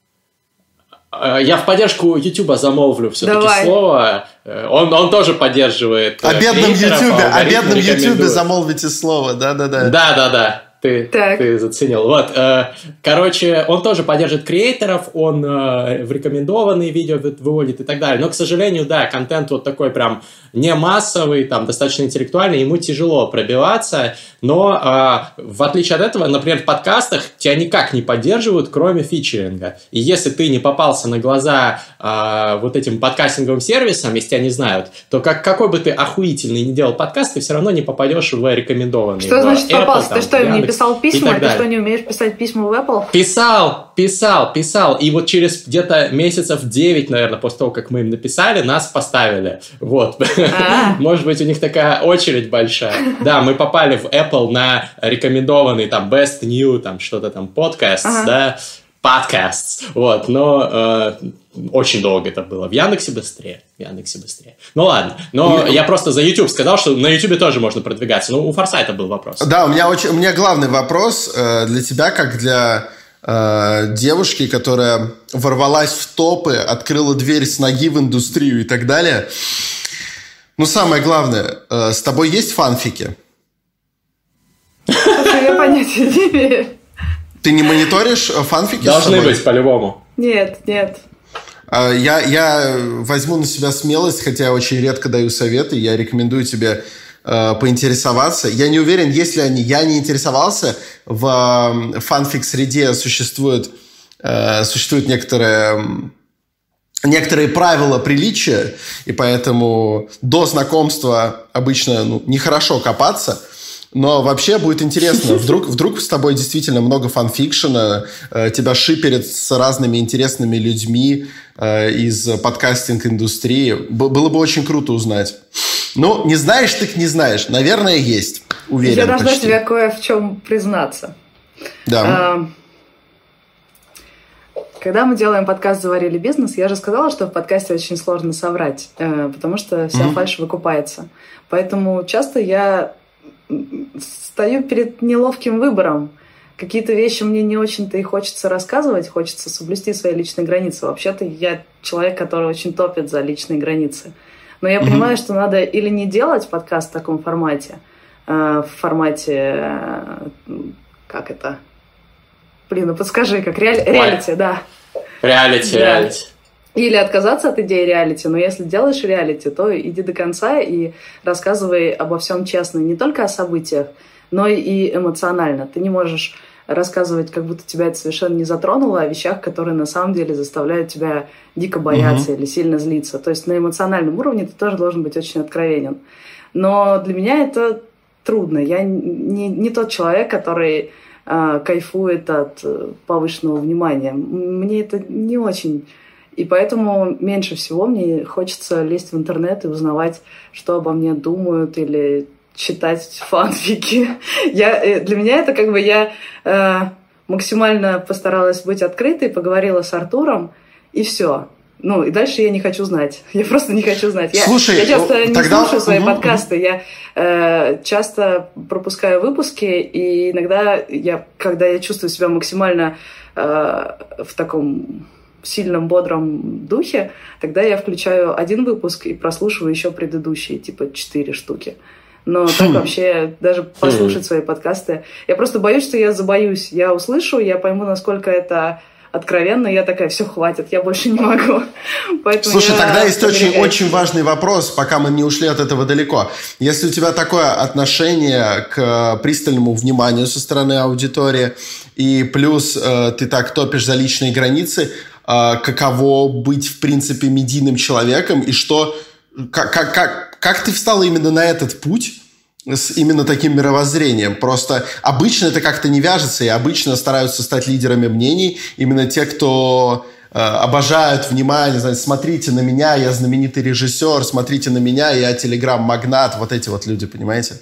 А, я в поддержку Ютуба замолвлю все-таки Давай. слово. Он, он тоже поддерживает... О бедном Ютубе, а о бедном Ютубе замолвите слово, да-да-да. Да-да-да. Ты, ты заценил. Вот, э, короче, он тоже поддерживает креаторов, он э, в рекомендованные видео выводит и так далее. Но, к сожалению, да, контент вот такой прям не массовый, там, достаточно интеллектуальный, ему тяжело пробиваться. Но, э, в отличие от этого, например, в подкастах тебя никак не поддерживают, кроме фичеринга. И если ты не попался на глаза э, вот этим подкастинговым сервисам, если тебя не знают, то как, какой бы ты охуительный не делал подкаст, ты все равно не попадешь в рекомендованные. Что значит Apple, попался? там, ты что, им не писал письма? Ты далее. что, не умеешь писать письма в Apple? Писал, писал, писал. И вот через где-то месяцев девять, наверное, после того, как мы им написали, нас поставили. Вот. Может быть, у них такая очередь большая. Да, мы попали в Apple на рекомендованный там Best New, там что-то там, подкаст, да, подкаст. Вот, но э, очень долго это было. В Яндексе быстрее. В Яндексе быстрее. Ну ладно. Но я просто за YouTube сказал, что на YouTube тоже можно продвигаться. Ну, у Форсайта был вопрос. Да, у меня, очень, у меня главный вопрос э, для тебя, как для э, девушки, которая ворвалась в топы, открыла дверь с ноги в индустрию и так далее. Ну, самое главное, э, с тобой есть фанфики? Слушай, я понятия не имею. Ты не мониторишь фанфики? Должны быть, по-любому. Нет, нет. Я, я возьму на себя смелость, хотя я очень редко даю советы. Я рекомендую тебе э, поинтересоваться. Я не уверен, есть ли они. Я не интересовался. В э, фанфик-среде существует, э, существует некоторые, некоторые правила приличия, и поэтому до знакомства обычно ну, нехорошо копаться. Но вообще будет интересно, вдруг, вдруг с тобой действительно много фанфикшена, э, тебя шиперят с разными интересными людьми э, из подкастинг-индустрии. Б- было бы очень круто узнать. Ну, не знаешь, так не знаешь. Наверное, есть. Уверен Я должна почти. тебе кое в чем признаться. Да. А, когда мы делаем подкаст «Заварили бизнес», я же сказала, что в подкасте очень сложно соврать, э, потому что вся mm-hmm. фальшь выкупается. Поэтому часто я стою перед неловким выбором. Какие-то вещи мне не очень-то и хочется рассказывать, хочется соблюсти свои личные границы. Вообще-то я человек, который очень топит за личные границы. Но я mm-hmm. понимаю, что надо или не делать подкаст в таком формате, э, в формате, э, как это? Блин, ну подскажи, как реали- реалити, да. Реалити, да. реалити. Или отказаться от идеи реалити, но если делаешь реалити, то иди до конца и рассказывай обо всем честно, не только о событиях, но и эмоционально. Ты не можешь рассказывать, как будто тебя это совершенно не затронуло, о вещах, которые на самом деле заставляют тебя дико бояться mm-hmm. или сильно злиться. То есть на эмоциональном уровне ты тоже должен быть очень откровенен. Но для меня это трудно. Я не, не тот человек, который э, кайфует от повышенного внимания. Мне это не очень... И поэтому меньше всего мне хочется лезть в интернет и узнавать, что обо мне думают, или читать фанфики. Я, для меня это как бы я э, максимально постаралась быть открытой, поговорила с Артуром, и все. Ну, и дальше я не хочу знать. Я просто не хочу знать. Я, Слушай, я часто не тогда... слушаю свои угу. подкасты. Я э, часто пропускаю выпуски, и иногда, я, когда я чувствую себя максимально э, в таком... в сильном, бодром духе, тогда я включаю один выпуск и прослушиваю еще предыдущие, типа четыре штуки. Но так вообще даже послушать свои подкасты... Я просто боюсь, что я забоюсь. Я услышу, я пойму, насколько это откровенно, я такая, все, хватит, я больше не могу. Поэтому Слушай, тогда есть очень, помогаю. очень важный вопрос, пока мы не ушли от этого далеко. Если у тебя такое отношение к пристальному вниманию со стороны аудитории, и плюс э, ты так топишь за личные границы, каково быть, в принципе, медийным человеком, и что, как, как, как, как ты встала именно на этот путь с именно таким мировоззрением? Просто обычно это как-то не вяжется, и обычно стараются стать лидерами мнений именно те, кто э, обожают внимание, знаете, смотрите на меня, я знаменитый режиссер, смотрите на меня, я телеграм-магнат, вот эти вот люди, понимаете?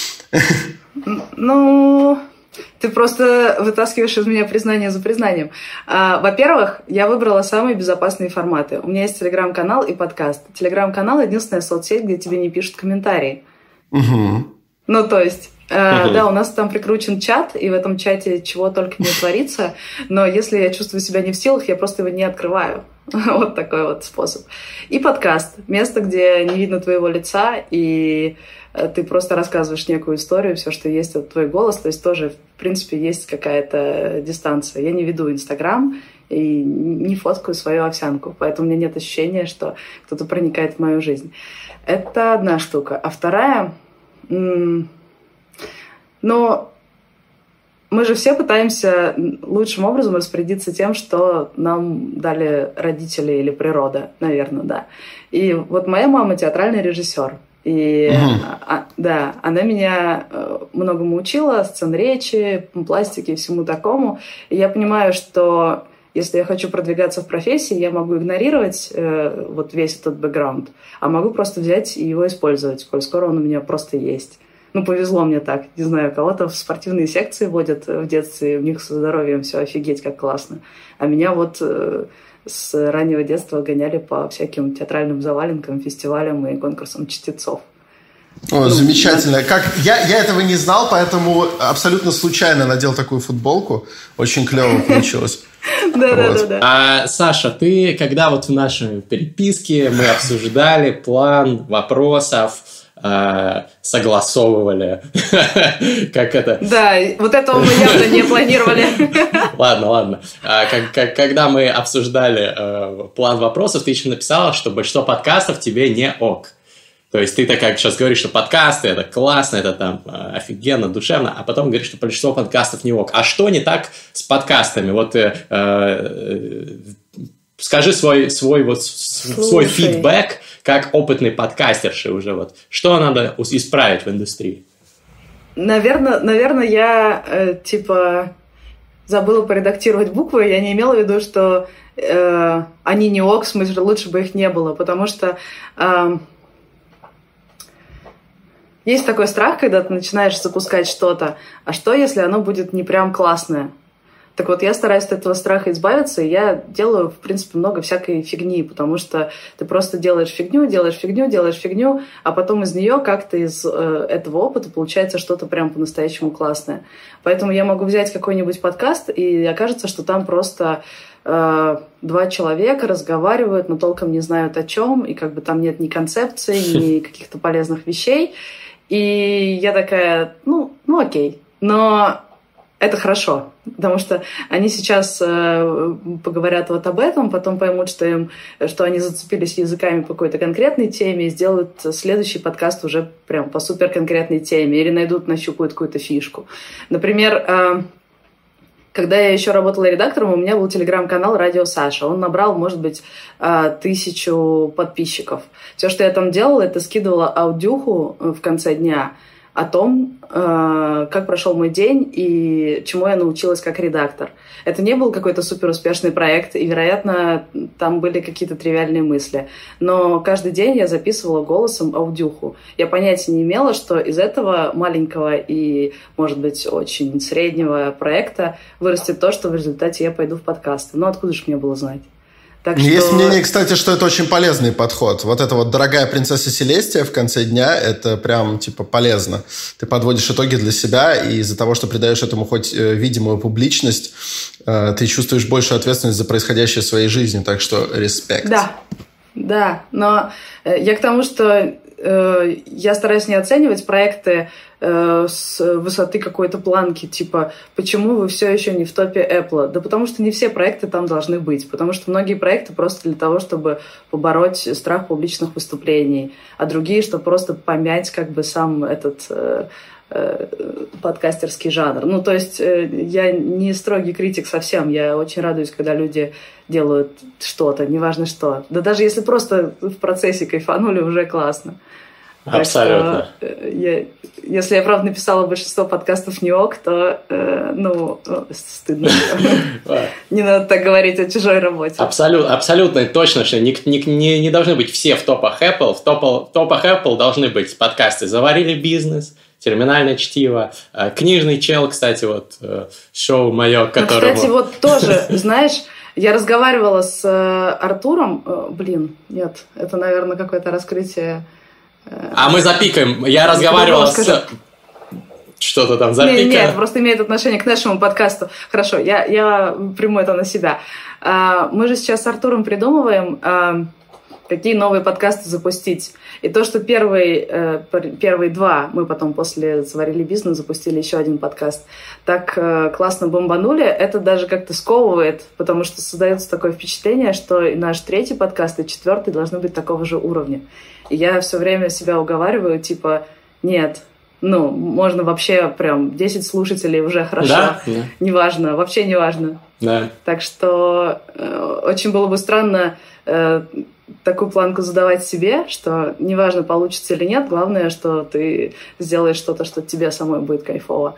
Ну... Ты просто вытаскиваешь из меня признание за признанием. А, во-первых, я выбрала самые безопасные форматы. У меня есть телеграм-канал и подкаст. Телеграм-канал — единственная соцсеть, где тебе не пишут комментарии. Угу. Ну, то есть, э, угу. да, у нас там прикручен чат, и в этом чате чего только не творится. Но если я чувствую себя не в силах, я просто его не открываю. Вот такой вот способ. И подкаст. Место, где не видно твоего лица, и... ты просто рассказываешь некую историю, все, что есть, это твой голос, то есть тоже, в принципе, есть какая-то дистанция. Я не веду Инстаграм и не фоткаю свою овсянку, поэтому у меня нет ощущения, что кто-то проникает в мою жизнь. Это одна штука. А вторая... М- ну, мы же все пытаемся лучшим образом распорядиться тем, что нам дали родители или природа, наверное, да. И вот моя мама театральный режиссер. И uh-huh. а, да, она меня многому учила, сцен речи, пластике и всему такому. И я понимаю, что если я хочу продвигаться в профессии, я могу игнорировать э, вот весь этот бэкграунд, а могу просто взять и его использовать, коль скоро он у меня просто есть. Ну, повезло мне так. Не знаю, кого-то в спортивные секции водят в детстве, у них со здоровьем все офигеть как классно. А меня вот... Э, с раннего детства гоняли по всяким театральным заваленкам, фестивалям и конкурсам чтецов. О, ну, замечательно. Да. Как, я, я этого не знал, поэтому абсолютно случайно надел такую футболку. Очень клево получилось. Да-да-да. А, Саша, ты, когда вот в нашей переписке мы обсуждали план вопросов, согласовывали, как это... Да, вот этого мы явно не планировали. Ладно, ладно. Когда мы обсуждали план вопросов, ты еще написала, что большинство подкастов тебе не ок. То есть ты так как сейчас говоришь, что подкасты это классно, это там офигенно, душевно, а потом говоришь, что большинство подкастов не ок. А что не так с подкастами? Вот скажи свой, свой, вот, свой фидбэк, как опытный подкастерши уже. Вот. Что надо исправить в индустрии? Наверное, наверное я э, типа забыла поредактировать буквы. Я не имела в виду, что э, они не ок, в смысле, лучше бы их не было. Потому что э, есть такой страх, когда ты начинаешь запускать что-то. А что, если оно будет не прям классное? Так вот, я стараюсь от этого страха избавиться, и я делаю, в принципе, много всякой фигни, потому что ты просто делаешь фигню, делаешь фигню, делаешь фигню, а потом из нее как-то из э, этого опыта получается что-то прям по-настоящему классное. Поэтому я могу взять какой-нибудь подкаст, и окажется, что там просто э, два человека разговаривают, но толком не знают о чем, и как бы там нет ни концепции, ни каких-то полезных вещей. И я такая, ну, ну окей, но это хорошо, потому что они сейчас э, поговорят вот об этом, потом поймут, что, им, что они зацепились языками по какой-то конкретной теме и сделают следующий подкаст уже прям по суперконкретной теме или найдут, нащупают какую-то фишку. Например, э, когда я еще работала редактором, у меня был телеграм-канал «Радио Саша». Он набрал, может быть, тысячу подписчиков. Все, что я там делала, это скидывала аудюху в конце дня о том, как прошел мой день и чему я научилась как редактор. Это не был какой-то суперуспешный проект, и, вероятно, там были какие-то тривиальные мысли. Но каждый день я записывала голосом аудюху. Я понятия не имела, что из этого маленького и, может быть, очень среднего проекта вырастет то, что в результате я пойду в подкасты. Ну, откуда же мне было знать? Так что... Есть мнение, кстати, что это очень полезный подход. Вот эта вот дорогая принцесса Селестия в конце дня, это прям, типа, полезно. Ты подводишь итоги для себя, и из-за того, что придаешь этому хоть видимую публичность, ты чувствуешь большую ответственность за происходящее в своей жизни. Так что респект. Да, да. Но я к тому, что я стараюсь не оценивать проекты с высоты какой-то планки, типа, почему вы все еще не в топе Apple? Да потому что не все проекты там должны быть, потому что многие проекты просто для того, чтобы побороть страх публичных выступлений, а другие, чтобы просто помять как бы сам этот э, э, подкастерский жанр. Ну, то есть э, я не строгий критик совсем, я очень радуюсь, когда люди делают что-то, неважно что. Да даже если просто в процессе кайфанули, уже классно. Абсолютно. Так что, я, если я, правда, написала большинство подкастов не ок, то, э, ну, стыдно. Не надо так говорить о чужой работе. Абсолютно точно, что не, не, не должны быть все в топах Apple. В, топах, в топах Apple должны быть подкасты «Заварили бизнес», «Терминальное чтиво», «Книжный чел», кстати, вот шоу мое, которое... Ну, кстати, вот тоже, знаешь... Я разговаривала с Артуром. Блин, нет, это, наверное, какое-то раскрытие... А мы запикаем. Я разговаривала с... Что-то там запикаем. Нет, нет, это просто имеет отношение к нашему подкасту. Хорошо, я, я приму это на себя. Мы же сейчас с Артуром придумываем, какие новые подкасты запустить. И то, что первые, первые два, мы потом после «Заварили бизнес» запустили еще один подкаст, так классно бомбанули, это даже как-то сковывает, потому что создается такое впечатление, что и наш третий подкаст, и четвертый должны быть такого же уровня. И я все время себя уговариваю, типа, нет, ну, можно вообще прям десять слушателей уже хорошо, да, да. Неважно, вообще неважно. Да. Так что э, очень было бы странно э, такую планку задавать себе, что неважно, получится или нет, главное, что ты сделаешь что-то, что тебе самой будет кайфово.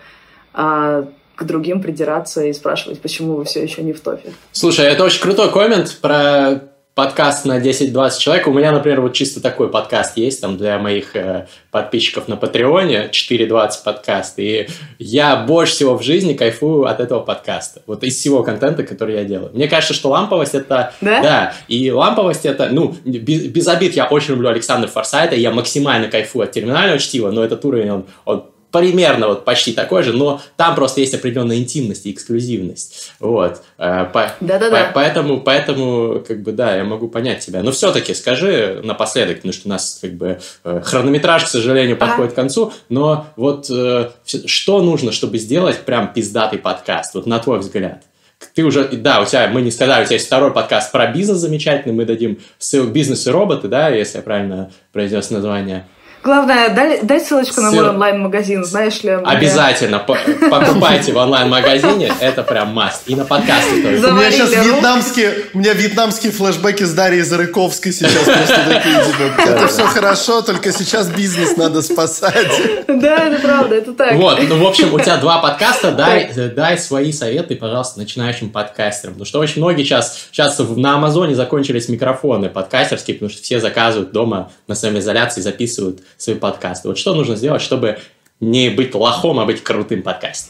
А к другим придираться и спрашивать, почему вы все еще не в топе. Слушай, это очень крутой коммент про подкаст на десять-двадцать человек. У меня, например, вот чисто такой подкаст есть там для моих э, подписчиков на Патреоне, четыре двадцать подкаст. И я больше всего в жизни кайфую от этого подкаста. Вот из всего контента, который я делаю. Мне кажется, что ламповость это... Да? Да. И ламповость это... Ну, без, без обид, я очень люблю Александра Форсайта, я максимально кайфую от терминального чтива, но этот уровень, он... он примерно вот почти такой же, но там просто есть определенная интимность и эксклюзивность. Вот. По, Да-да-да. По, поэтому, поэтому, как бы, да, я могу понять тебя. Но все-таки скажи напоследок, потому что у нас, как бы, хронометраж, к сожалению, подходит ага. к концу, но вот что нужно, чтобы сделать прям пиздатый подкаст, вот на твой взгляд? Ты уже, да, у тебя, мы не сказали, у тебя есть второй подкаст про бизнес замечательный, мы дадим ссылку «Бизнес и роботы», да, если я правильно произнес название. Главное, дай, дай ссылочку на мой онлайн-магазин, знаешь ли. Обязательно. Покупайте в онлайн-магазине, это прям маст. И на подкасте тоже. У меня сейчас вьетнамские, у меня вьетнамские флешбеки с Дарьей Зарыковской сейчас просто такие, типа, это все хорошо, только сейчас бизнес надо спасать. Да, это правда, это так. Вот, ну, в общем, у тебя два подкаста, дай, дай свои советы, пожалуйста, начинающим подкастерам. Потому что очень многие сейчас, сейчас на Амазоне закончились микрофоны подкастерские, потому что все заказывают дома на самоизоляции, записывают свои подкасты. Вот что нужно сделать, чтобы не быть лохом, а быть крутым подкастом?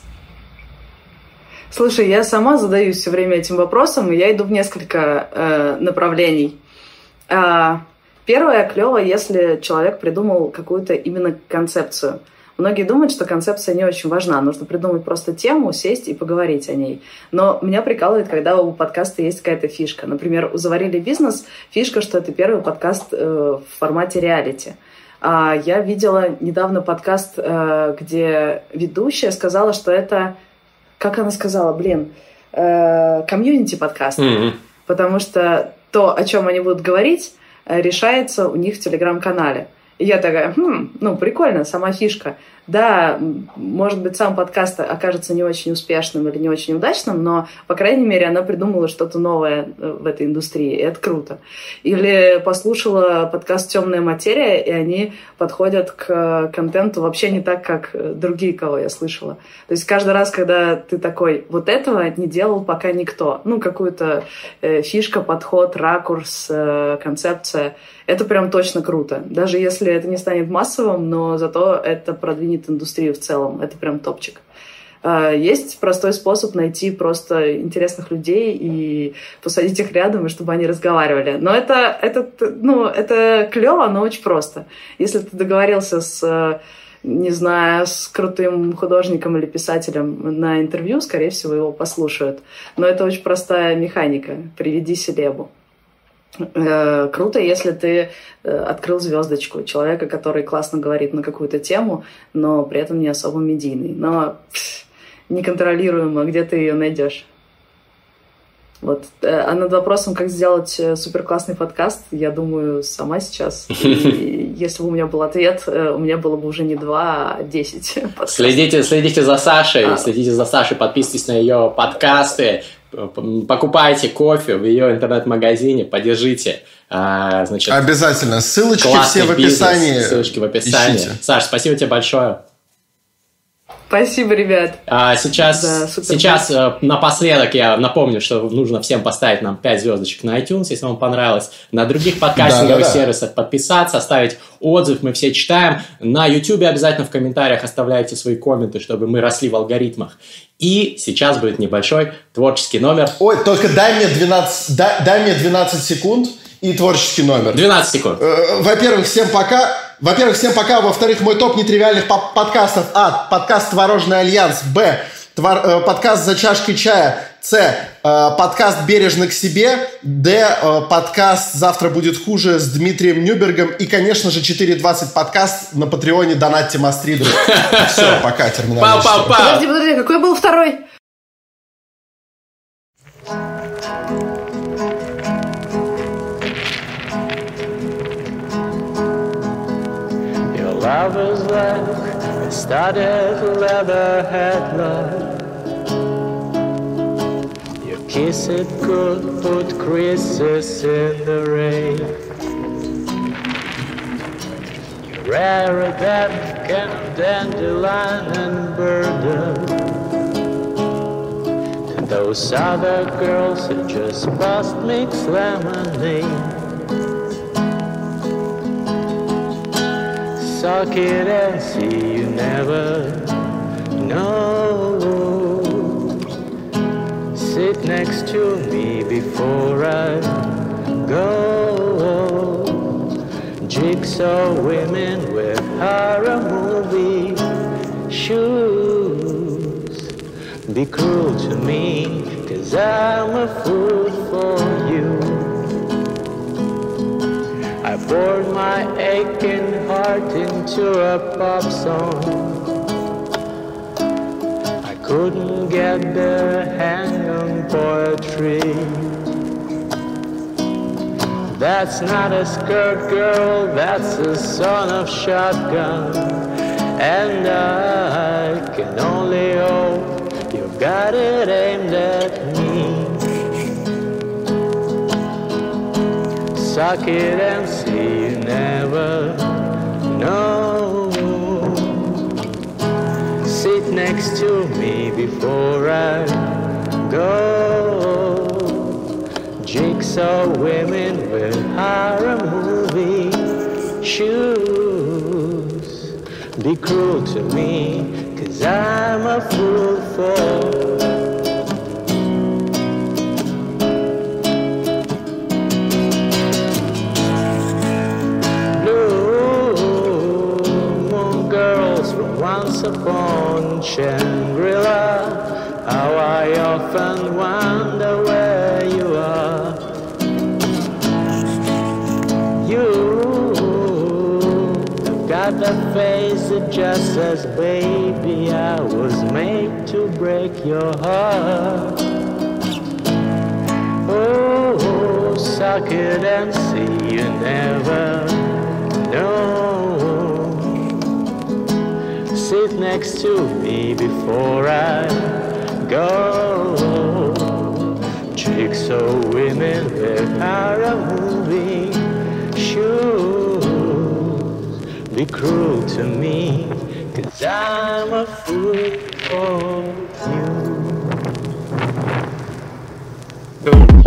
Слушай, я сама задаюсь все время этим вопросом, и я иду в несколько э, направлений. Э, первое, клево, если человек придумал какую-то именно концепцию. Многие думают, что концепция не очень важна. Нужно придумать просто тему, сесть и поговорить о ней. Но меня прикалывает, когда у подкаста есть какая-то фишка. Например, у «Заварили бизнес» фишка, что это первый подкаст э, в формате реалити. А я видела недавно подкаст, э, где ведущая сказала, что это... Как она сказала? Блин, э, комьюнити-подкаст. Mm-hmm. Потому что то, о чем они будут говорить, решается у них в Телеграм-канале. И я такая, хм, ну, прикольно, сама фишка. Да, может быть, сам подкаст окажется не очень успешным или не очень удачным, но, по крайней мере, она придумала что-то новое в этой индустрии, и это круто. Или послушала подкаст «Темная материя», и они подходят к контенту вообще не так, как другие, кого я слышала. То есть каждый раз, когда ты такой, вот этого не делал пока никто, ну, какую-то э, фишка, подход, ракурс, э, концепция, это прям точно круто. Даже если это не станет массовым, но зато это продвинет индустрию в целом. Это прям топчик. Есть простой способ найти просто интересных людей и посадить их рядом, и чтобы они разговаривали. Но это, это, ну, это клево, но очень просто. Если ты договорился с, не знаю, с крутым художником или писателем на интервью, скорее всего, его послушают. Но это очень простая механика. Приведи селебу. Круто, если ты открыл звездочку, человека, который классно говорит на какую-то тему, но при этом не особо медийный. Но пфф, неконтролируемо, где ты ее найдешь. Вот. А над вопросом, как сделать суперклассный подкаст, я думаю сама сейчас. И если бы у меня был ответ, у меня было бы уже не два, а десять подкастов. Следите, следите за Сашей, а. следите за Сашей, подписывайтесь на ее подкасты. Покупайте кофе в ее интернет-магазине, поддержите. А, значит, обязательно. Ссылочки все в описании. Бизнес. Ссылочки в описании. Ищите. Саш, спасибо тебе большое. Спасибо, ребят. А сейчас, да, сейчас напоследок я напомню, что нужно всем поставить нам пять звездочек на iTunes, если вам понравилось. На других подкастинговых да, да, сервисах да. подписаться, оставить отзыв, мы все читаем. На YouTube обязательно в комментариях оставляйте свои комменты, чтобы мы росли в алгоритмах. И сейчас будет небольшой творческий номер. Ой, только дай мне двенадцать, дай, дай мне двенадцать секунд и творческий номер. двенадцать секунд. Во-первых, всем пока. Во-первых, всем пока. Во-вторых, мой топ нетривиальных подкастов. А. Подкаст «Творожный альянс». Б. Твор, э, подкаст «За чашкой чая». С. Э, подкаст «Бережно к себе». Д. Э, подкаст «Завтра будет хуже» с Дмитрием Нюбергом. И, конечно же, четыре двадцать подкаст на Патреоне «Донатьте Мастридеру». Все, пока, терминал. Подожди, подожди, какой был второй? Lover's like it started leather headlight. Your kiss it could put creases in the rain. You're rarer than can of dandelion and burden. And those other girls who just bust mixed lemonade. Suck it and see, you never know. Sit next to me before I go. Jigsaw women with horror movie shoes. Be cruel to me, 'cause I'm a fool for you. I poured my aching heart into a pop song. I couldn't get the hang on poetry. That's not a skirt girl, that's a son of shotgun. And I can only hope you've got it aimed at me. Suck it and see, you never know. Sit next to me before I go. Jigsaw women with horror movie shoes. Be cruel to me, 'cause I'm a fool for photos from once upon Shangri-La. How I often wonder where you are. You've got that face that just says, baby, I was made to break your heart. Oh, suck it and see you never know. Sit next to me before I go. Chicks so women wear para-moving shoes. Be cruel to me, 'cause I'm a fool for you.